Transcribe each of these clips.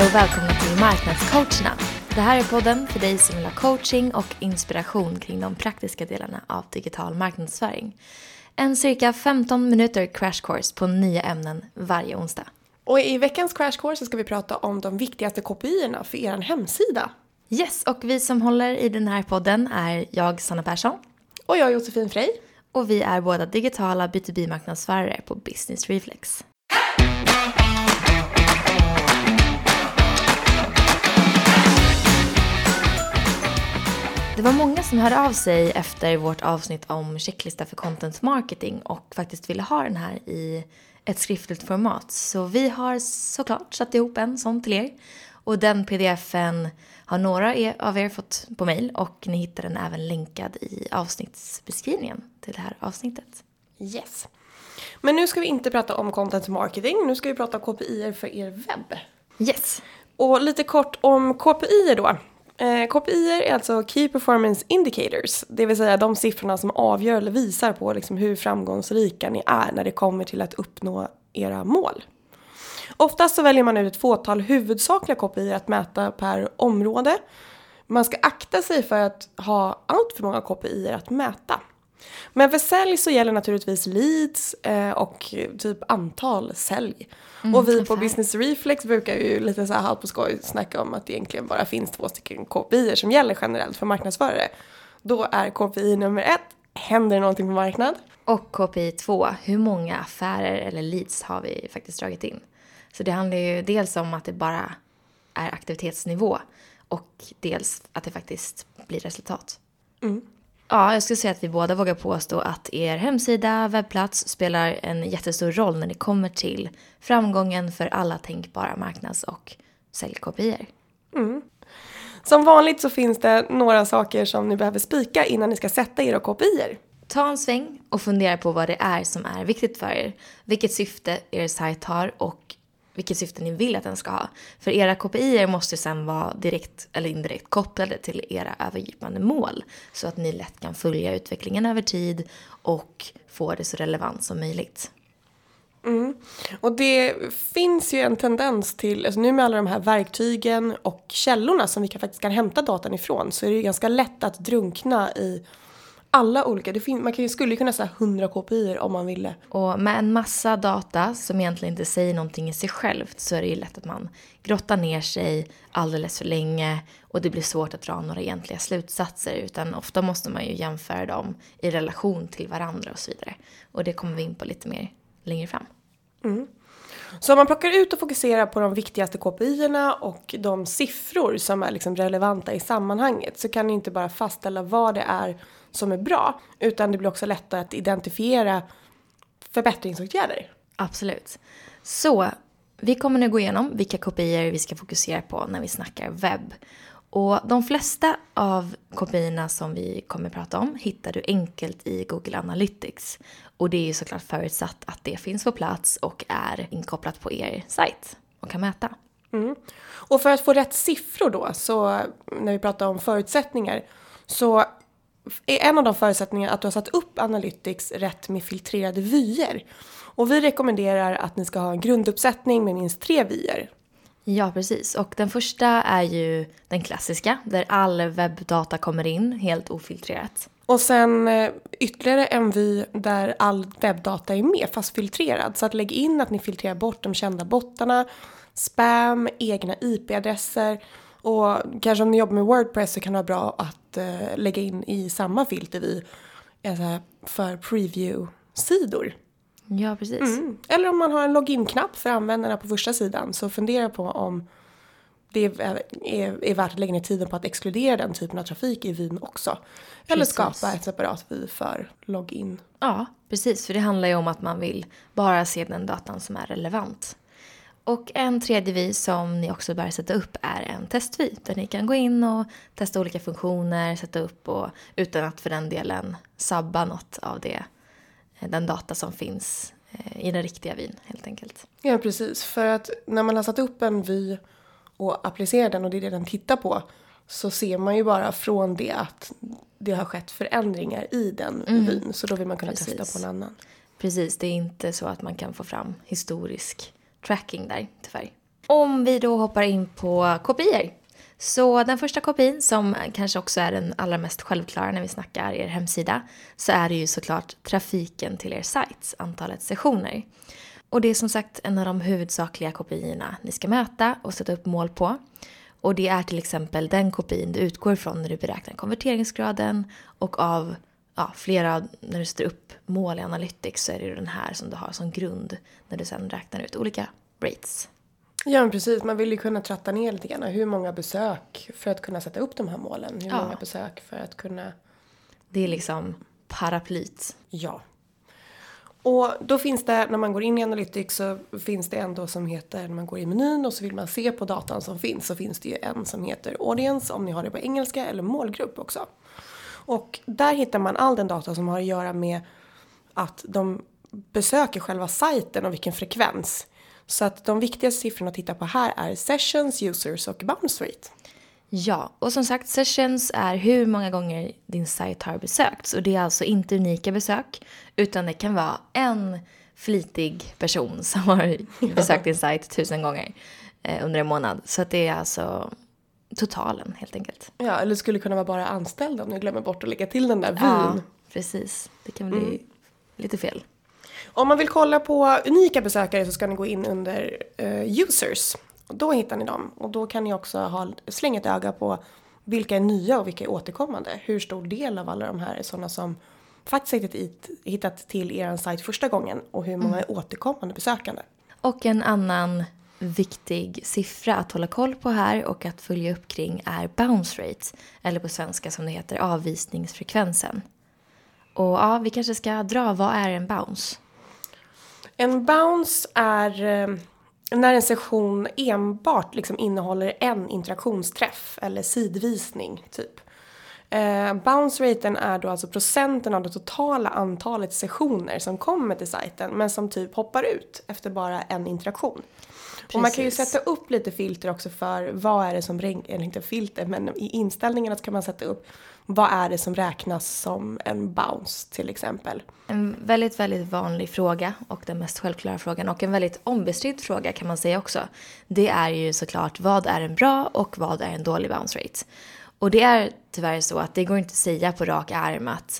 och välkomna till Marknadscoacherna. Det här är podden för dig som vill ha coaching och inspiration kring de praktiska delarna av digital marknadsföring. En cirka 15 minuter crash course på 9 ämnen varje onsdag. Och i veckans crash course ska vi prata om de viktigaste KPI-erna för er hemsida. Yes, och vi som håller i den här podden är jag, Sanna Persson. Och jag, Josefin Frey. Och vi är båda digitala B2B-marknadsförare på Business Reflex. Det var många som hörde av sig efter vårt avsnitt om checklista för content marketing och faktiskt ville ha den här i ett skriftligt format. Så vi har såklart satt ihop en sån till er. Och den pdf-en har några av er fått på mejl och ni hittar den även länkad i avsnittsbeskrivningen till det här avsnittet. Yes. Men nu ska vi inte prata om content marketing, nu ska vi prata KPI-er för er webb. Yes. Och lite kort om KPI-er då. KPI-er är alltså Key Performance Indicators, det vill säga de siffrorna som avgör eller visar på liksom hur framgångsrika ni är när det kommer till att uppnå era mål. Oftast så väljer man ut ett fåtal huvudsakliga KPI att mäta per område. Man ska akta sig för att ha allt för många KPI att mäta. Men för sälj så gäller naturligtvis leads och typ antal sälj. Och vi på Business Reflex brukar ju lite så här halvt på skoj snacka om att det egentligen bara finns 2 stycken KPI som gäller generellt för marknadsförare. Då är KPI nummer 1, händer det någonting på marknad? Och KPI 2, hur många affärer eller leads har vi faktiskt dragit in? Så det handlar ju dels om att det bara är aktivitetsnivå och dels att det faktiskt blir resultat. Ja, jag skulle säga att vi båda vågar påstå att er hemsida, webbplats spelar en jättestor roll när det kommer till framgången för alla tänkbara marknads- och säljkopior. Som vanligt så finns det några saker som ni behöver spika innan ni ska sätta era KPIer. Ta en sväng och fundera på vad det är som är viktigt för er. Vilket syfte er sajt har och vilket syfte ni vill att den ska ha. För era KPIer måste sedan vara direkt eller indirekt kopplade till era övergripande mål. Så att ni lätt kan följa utvecklingen över tid och få det så relevant som möjligt. Och det finns ju en tendens till, alltså nu med alla de här verktygen och källorna som vi faktiskt kan hämta datan ifrån, så är det ju ganska lätt att drunkna i alla olika. Man skulle kunna säga 100 KPIer om man ville. Och med en massa data som egentligen inte säger någonting i sig självt så är det ju lätt att man grottar ner sig alldeles för länge och det blir svårt att dra några egentliga slutsatser, utan ofta måste man ju jämföra dem i relation till varandra och så vidare. Och det kommer vi in på lite mer längre fram. Så om man plockar ut och fokuserar på de viktigaste KPIerna och de siffror som är liksom relevanta i sammanhanget, så kan ni inte bara fastställa vad det är som är bra, utan det blir också lättare att identifiera förbättringsåtgärder. Absolut. Så vi kommer nu gå igenom vilka KPIer vi ska fokusera på när vi snackar webb. Och de flesta av KPIerna som vi kommer prata om hittar du enkelt i Google Analytics. Och det är ju såklart förutsatt att det finns på plats och är inkopplat på er sajt och kan mäta. Och för att få rätt siffror då, så när vi pratar om förutsättningar, så är en av de förutsättningarna att du har satt upp Analytics rätt med filtrerade vyer. Och vi rekommenderar att ni ska ha en grunduppsättning med minst 3 vyer. Ja, precis. Och den första är ju den klassiska, där all webbdata kommer in helt ofiltrerat. Och sen ytterligare en vy där all webbdata är med, fast filtrerad. Så att lägg in att ni filtrerar bort de kända bottarna, spam, egna IP-adresser. Och kanske om ni jobbar med WordPress så kan det vara bra att lägga in i samma filter för preview-sidor. Ja, precis. Eller om man har en login-knapp för användarna på första sidan, så fundera på om det är värt att lägga ner tiden på att exkludera den typen av trafik i vyn också. Eller skapa ett separat vy för login. Ja, precis. För det handlar ju om att man vill bara se den datan som är relevant. Och en tredje vy som ni också bör sätta upp är en testvy. Där ni kan gå in och testa olika funktioner, sätta upp och utan att för den delen sabba något av den data som finns i den riktiga vyn helt enkelt. Ja, precis. För att när man har satt upp en vy och applicerar den och det är det den tittar på, så ser man ju bara från det att det har skett förändringar i den vyn. Så då vill man kunna testa på en annan. Precis, det är inte så att man kan få fram historisk tracking där, tyvärr. Om vi då hoppar in på KPI:er. Så den första KPI:n, som kanske också är den allra mest självklara när vi snackar er hemsida, så är det ju såklart trafiken till er sajt, antalet sessioner. Och det är som sagt en av de huvudsakliga KPI:erna ni ska möta och sätta upp mål på. Och det är till exempel den KPI:n du utgår ifrån när du beräknar konverteringsgraden, och av flera, när du sätter upp mål i Analytics, så är det den här som du har som grund när du sedan räknar ut olika rates. Ja, men precis. Man vill ju kunna tratta ner lite grann. Hur många besök för att kunna sätta upp de här målen? Hur många besök för att kunna... Det är liksom paraplyt. Ja. Och då finns det, när man går in i Analytics, så finns det en då som heter, när man går i menyn och så vill man se på datan som finns, så finns det ju en som heter Audience, om ni har det på engelska, eller målgrupp också. Och där hittar man all den data som har att göra med att de besöker själva sajten och vilken frekvens. Så att de viktigaste siffrorna att titta på här är sessions, users och bounce rate. Ja, och som sagt, sessions är hur många gånger din sajt har besökts. Och det är alltså inte unika besök, utan det kan vara en flitig person som har besökt din sajt 1000 gånger under en månad. Så att det är alltså totalen helt enkelt. Ja, eller det skulle kunna vara bara anställda om ni glömmer bort att lägga till den där vin. Ja, precis. Det kan bli lite fel. Om man vill kolla på unika besökare så ska ni gå in under users. Då hittar ni dem. Och då kan ni också slänga ett öga på vilka är nya och vilka är återkommande. Hur stor del av alla de här är sådana som faktiskt hittat till er sajt första gången. Och hur många är återkommande besökande. Och en annan viktig siffra att hålla koll på här och att följa upp kring är bounce rate. Eller på svenska som det heter, avvisningsfrekvensen. Och ja, vi kanske ska dra, vad är en bounce? En bounce är när en session enbart liksom innehåller en interaktionsträff eller sidvisning typ. Bounce-raten är då alltså procenten av det totala antalet sessioner som kommer till sajten men som typ hoppar ut efter bara en interaktion. Precis. Och man kan ju sätta upp lite filter också för vad är det som, eller inte filter, men i inställningarna så kan man sätta upp vad är det som räknas som en bounce till exempel. En väldigt, väldigt vanlig fråga och den mest självklara frågan och en väldigt ombestridd fråga kan man säga också. Det är ju såklart, vad är en bra och vad är en dålig bounce rate? Och det är tyvärr så att det går inte att säga på rak arm att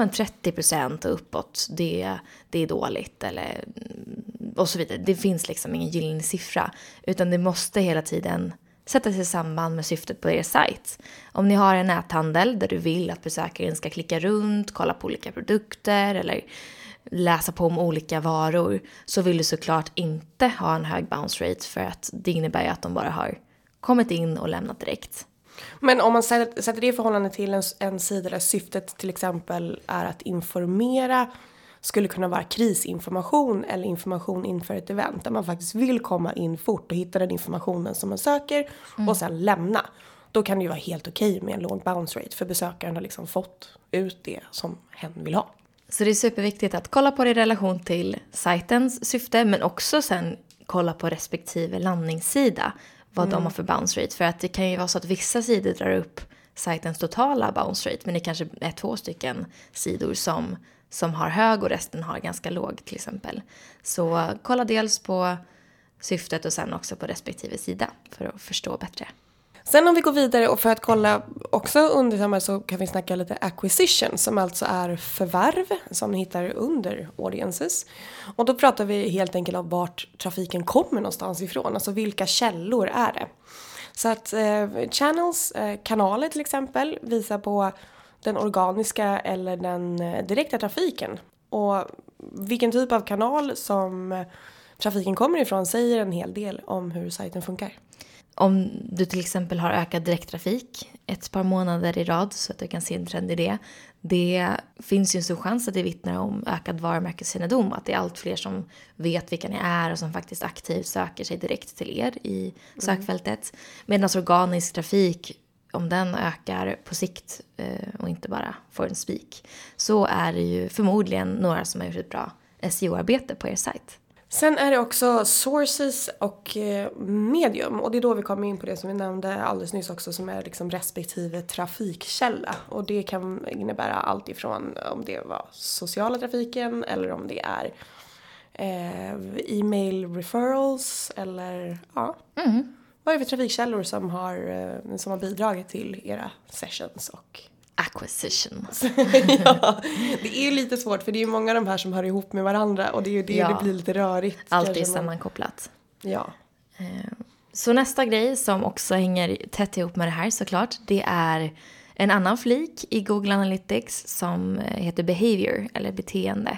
30% och uppåt det är dåligt eller och så vidare. Det finns liksom ingen gyllene siffra, utan det måste hela tiden sättas i samband med syftet på er sajt. Om ni har en näthandel där du vill att besökaren ska klicka runt, kolla på olika produkter eller läsa på om olika varor, så vill du såklart inte ha en hög bounce rate, för att det innebär att de bara har kommit in och lämnat direkt. Men om man sätter det i förhållande till en sida där syftet till exempel är att informera, skulle kunna vara krisinformation eller information inför ett event där man faktiskt vill komma in fort och hitta den informationen som man söker och sen lämna. Då kan det ju vara helt okej med en låg bounce rate, för besökaren har liksom fått ut det som hen vill ha. Så det är superviktigt att kolla på det i relation till sajtens syfte, men också sen kolla på respektive landningssida vad de har för bounce rate. För att det kan ju vara så att vissa sidor drar upp sajtens totala bounce rate, men det kanske är 2 stycken sidor som har hög och resten har ganska låg till exempel. Så kolla dels på syftet och sen också på respektive sida för att förstå bättre. Sen om vi går vidare och för att kolla också under samma, så kan vi snacka lite acquisition, som alltså är förvärv som ni hittar under audiences. Och då pratar vi helt enkelt om vart trafiken kommer någonstans ifrån, alltså vilka källor är det. Så att channels, kanaler till exempel, visar på den organiska eller den direkta trafiken. Och vilken typ av kanal som trafiken kommer ifrån säger en hel del om hur sajten funkar. Om du till exempel har ökad direkttrafik ett par månader i rad, så att du kan se en trend i det. Det finns ju en stor chans att det vittnar om ökad varumärkeskännedom. Att det är allt fler som vet vilka ni är och som faktiskt aktivt söker sig direkt till er i sökfältet. Medan organisk trafik, om den ökar på sikt och inte bara får en spik, så är det ju förmodligen några som har gjort ett bra SEO-arbete på er sajt. Sen är det också sources och medium, och det är då vi kommer in på det som vi nämnde alldeles nyss också, som är liksom respektive trafikkälla. Och det kan innebära allt ifrån om det var sociala trafiken eller om det är e-mail referrals eller ja. Vad är det för trafikkällor som har bidragit till era sessions och acquisitions? Ja, det är lite svårt för det är ju många av de här som hör ihop med varandra och det är ju det blir lite rörigt. Allt är sammankopplat. Ja. Så nästa grej som också hänger tätt ihop med det här såklart, det är en annan flik i Google Analytics som heter behavior eller beteende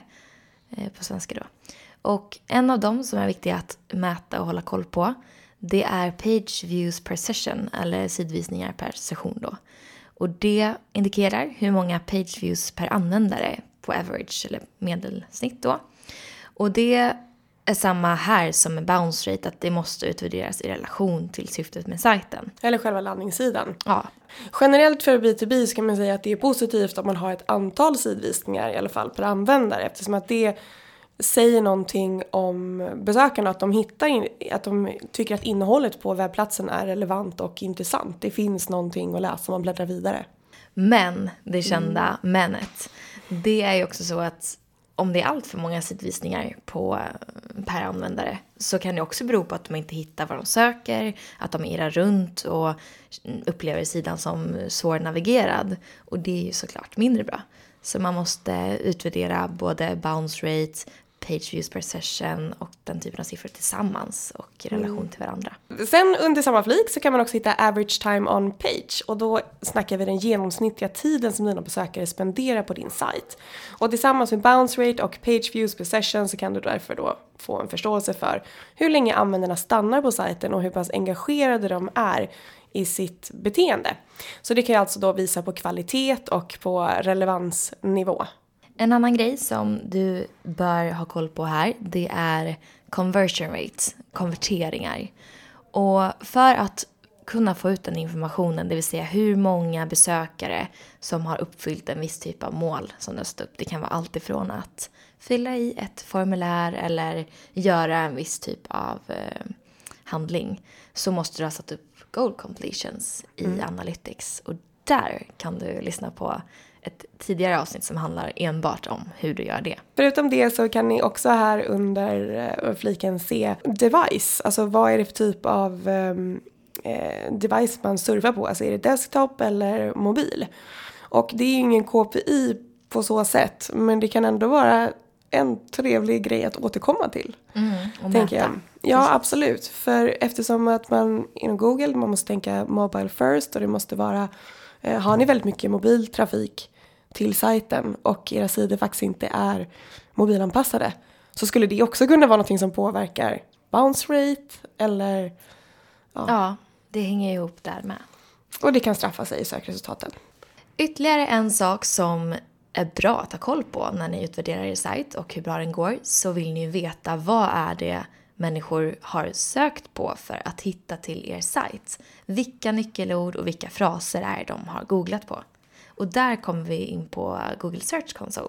på svenska då. Och en av dem som är viktiga att mäta och hålla koll på, det är page views per session eller sidvisningar per session då. Och det indikerar hur många page views per användare på average eller medelsnitt då. Och det är samma här som med bounce rate, att det måste utvärderas i relation till syftet med sajten. Eller själva landningssidan. Ja. Generellt för B2B så kan man säga att det är positivt om man har ett antal sidvisningar i alla fall per användare, eftersom att det säger någonting om besökarna, att att de tycker att innehållet på webbplatsen är relevant och intressant. Det finns någonting att läsa om man bläddrar vidare. Men det kända menet, det är ju också så att om det är allt för många sidvisningar per användare så kan det också bero på att de inte hittar vad de söker, att de irrar runt och upplever sidan som svårnavigerad. Och det är ju såklart mindre bra. Så man måste utvärdera både bounce rate, page views per session och den typen av siffror tillsammans och i relation till varandra. Sen under samma flik så kan man också hitta average time on page. Och då snackar vi den genomsnittliga tiden som dina besökare spenderar på din sajt. Och tillsammans med bounce rate och page views per session så kan du därför då få en förståelse för hur länge användarna stannar på sajten och hur pass engagerade de är i sitt beteende. Så det kan ju alltså då visa på kvalitet och på relevansnivå. En annan grej som du bör ha koll på här, det är conversion rate, konverteringar. Och för att kunna få ut den informationen, det vill säga hur många besökare som har uppfyllt en viss typ av mål som du har stått upp. Det kan vara allt ifrån att fylla i ett formulär eller göra en viss typ av handling. Så måste du ha satt upp goal completions i Analytics. Och där kan du lyssna på ett tidigare avsnitt som handlar enbart om hur du gör det. Förutom det så kan ni också här under fliken se device. Alltså vad är det för typ av device man surfar på? Alltså är det desktop eller mobil? Och det är ju ingen KPI på så sätt. Men det kan ändå vara en trevlig grej att återkomma till. Och mäta. Jag. Ja, absolut. För eftersom att man inom Google, man måste tänka mobile first och det måste vara, har ni väldigt mycket mobiltrafik till sajten och era sidor faktiskt inte är mobilanpassade, så skulle det också kunna vara något som påverkar bounce rate eller ja, det hänger ihop där med. Och det kan straffa sig i sökresultaten. Ytterligare en sak som är bra att ha koll på när ni utvärderar er sajt och hur bra den går, så vill ni veta vad är det människor har sökt på för att hitta till er sajt. Vilka nyckelord och vilka fraser är de har googlat på. Och där kommer vi in på Google Search Console.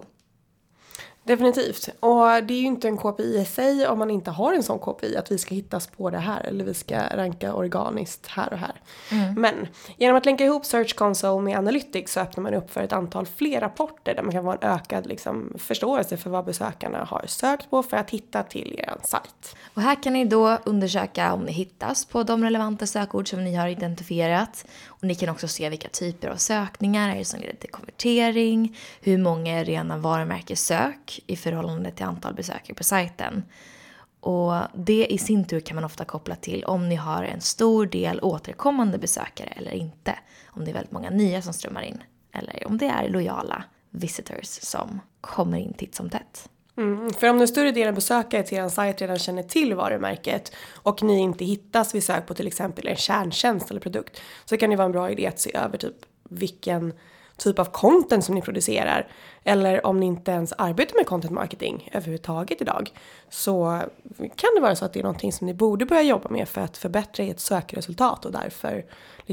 Definitivt. Och det är ju inte en KPI i sig om man inte har en sån KPI att vi ska hittas på det här eller vi ska ranka organiskt här och här. Men genom att länka ihop Search Console med Analytics så öppnar man upp för ett antal fler rapporter där man kan få en ökad förståelse för vad besökarna har sökt på för att hitta till er sajt. Och här kan ni då undersöka om ni hittas på de relevanta sökord som ni har identifierat. Och ni kan också se vilka typer av sökningar är det som leder till konvertering, hur många är rena varumärkessök i förhållande till antal besökare på sajten. Och det i sin tur kan man ofta koppla till om ni har en stor del återkommande besökare eller inte. Om det är väldigt många nya som strömmar in. Eller om det är lojala visitors som kommer in titt som tätt. För om den större delen besökare till er sajt redan känner till varumärket och ni inte hittas vid sök på till exempel en kärntjänst eller produkt, så kan det vara en bra idé att se över vilken typ av content som ni producerar. Eller om ni inte ens arbetar med content marketing överhuvudtaget idag, så kan det vara så att det är någonting som ni borde börja jobba med för att förbättra ert sökresultat och därför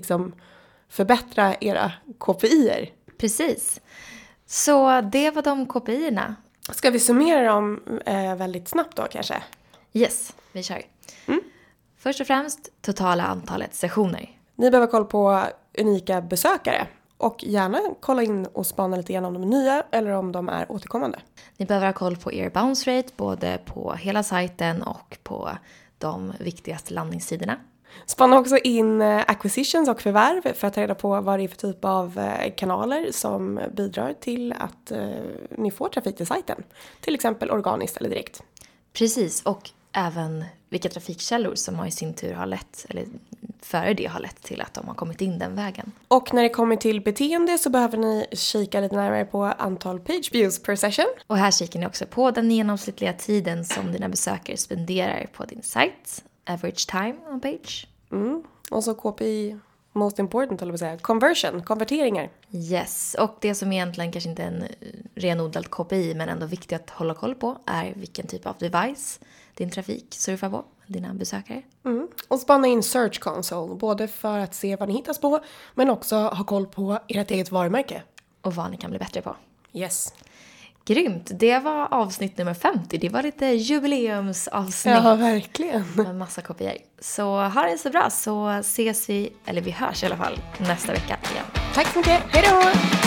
förbättra era KPI:er. Precis. Så det var de KPI:erna. Ska vi summera dem väldigt snabbt då kanske? Yes, vi kör. Först och främst totala antalet sessioner. Ni behöver koll på unika besökare Och gärna kolla in och spana lite grann om de är nya eller om de är återkommande. Ni behöver ha koll på er bounce rate både på hela sajten och på de viktigaste landningssidorna. Spana också in acquisitions och förvärv för att ta reda på vad det är för typ av kanaler som bidrar till att ni får trafik till sajten. Till exempel organiskt eller direkt. Precis, och även vilka trafikkällor som har i sin tur har lett, eller före det har lett till att de har kommit in den vägen. Och när det kommer till beteende så behöver ni kika lite närmare på antal page views per session. Och här kikar ni också på den genomsnittliga tiden som dina besökare spenderar på din sajt. Average time on page. Och så KPI, most important, eller vad säga, konverteringar. Yes, och det som egentligen kanske inte är en renodlad KPI men ändå viktigt att hålla koll på är vilken typ av device din trafik surfar på, dina besökare. Och spana in Search Console, både för att se vad ni hittas på men också ha koll på ert eget varumärke. Och vad ni kan bli bättre på. Yes. Grymt, det var avsnitt nummer 50. Det var lite jubileumsavsnitt. Ja, verkligen. Med massa kopior. Så ha det så bra så ses vi, eller vi hörs i alla fall nästa vecka igen. Tack så mycket, hej då!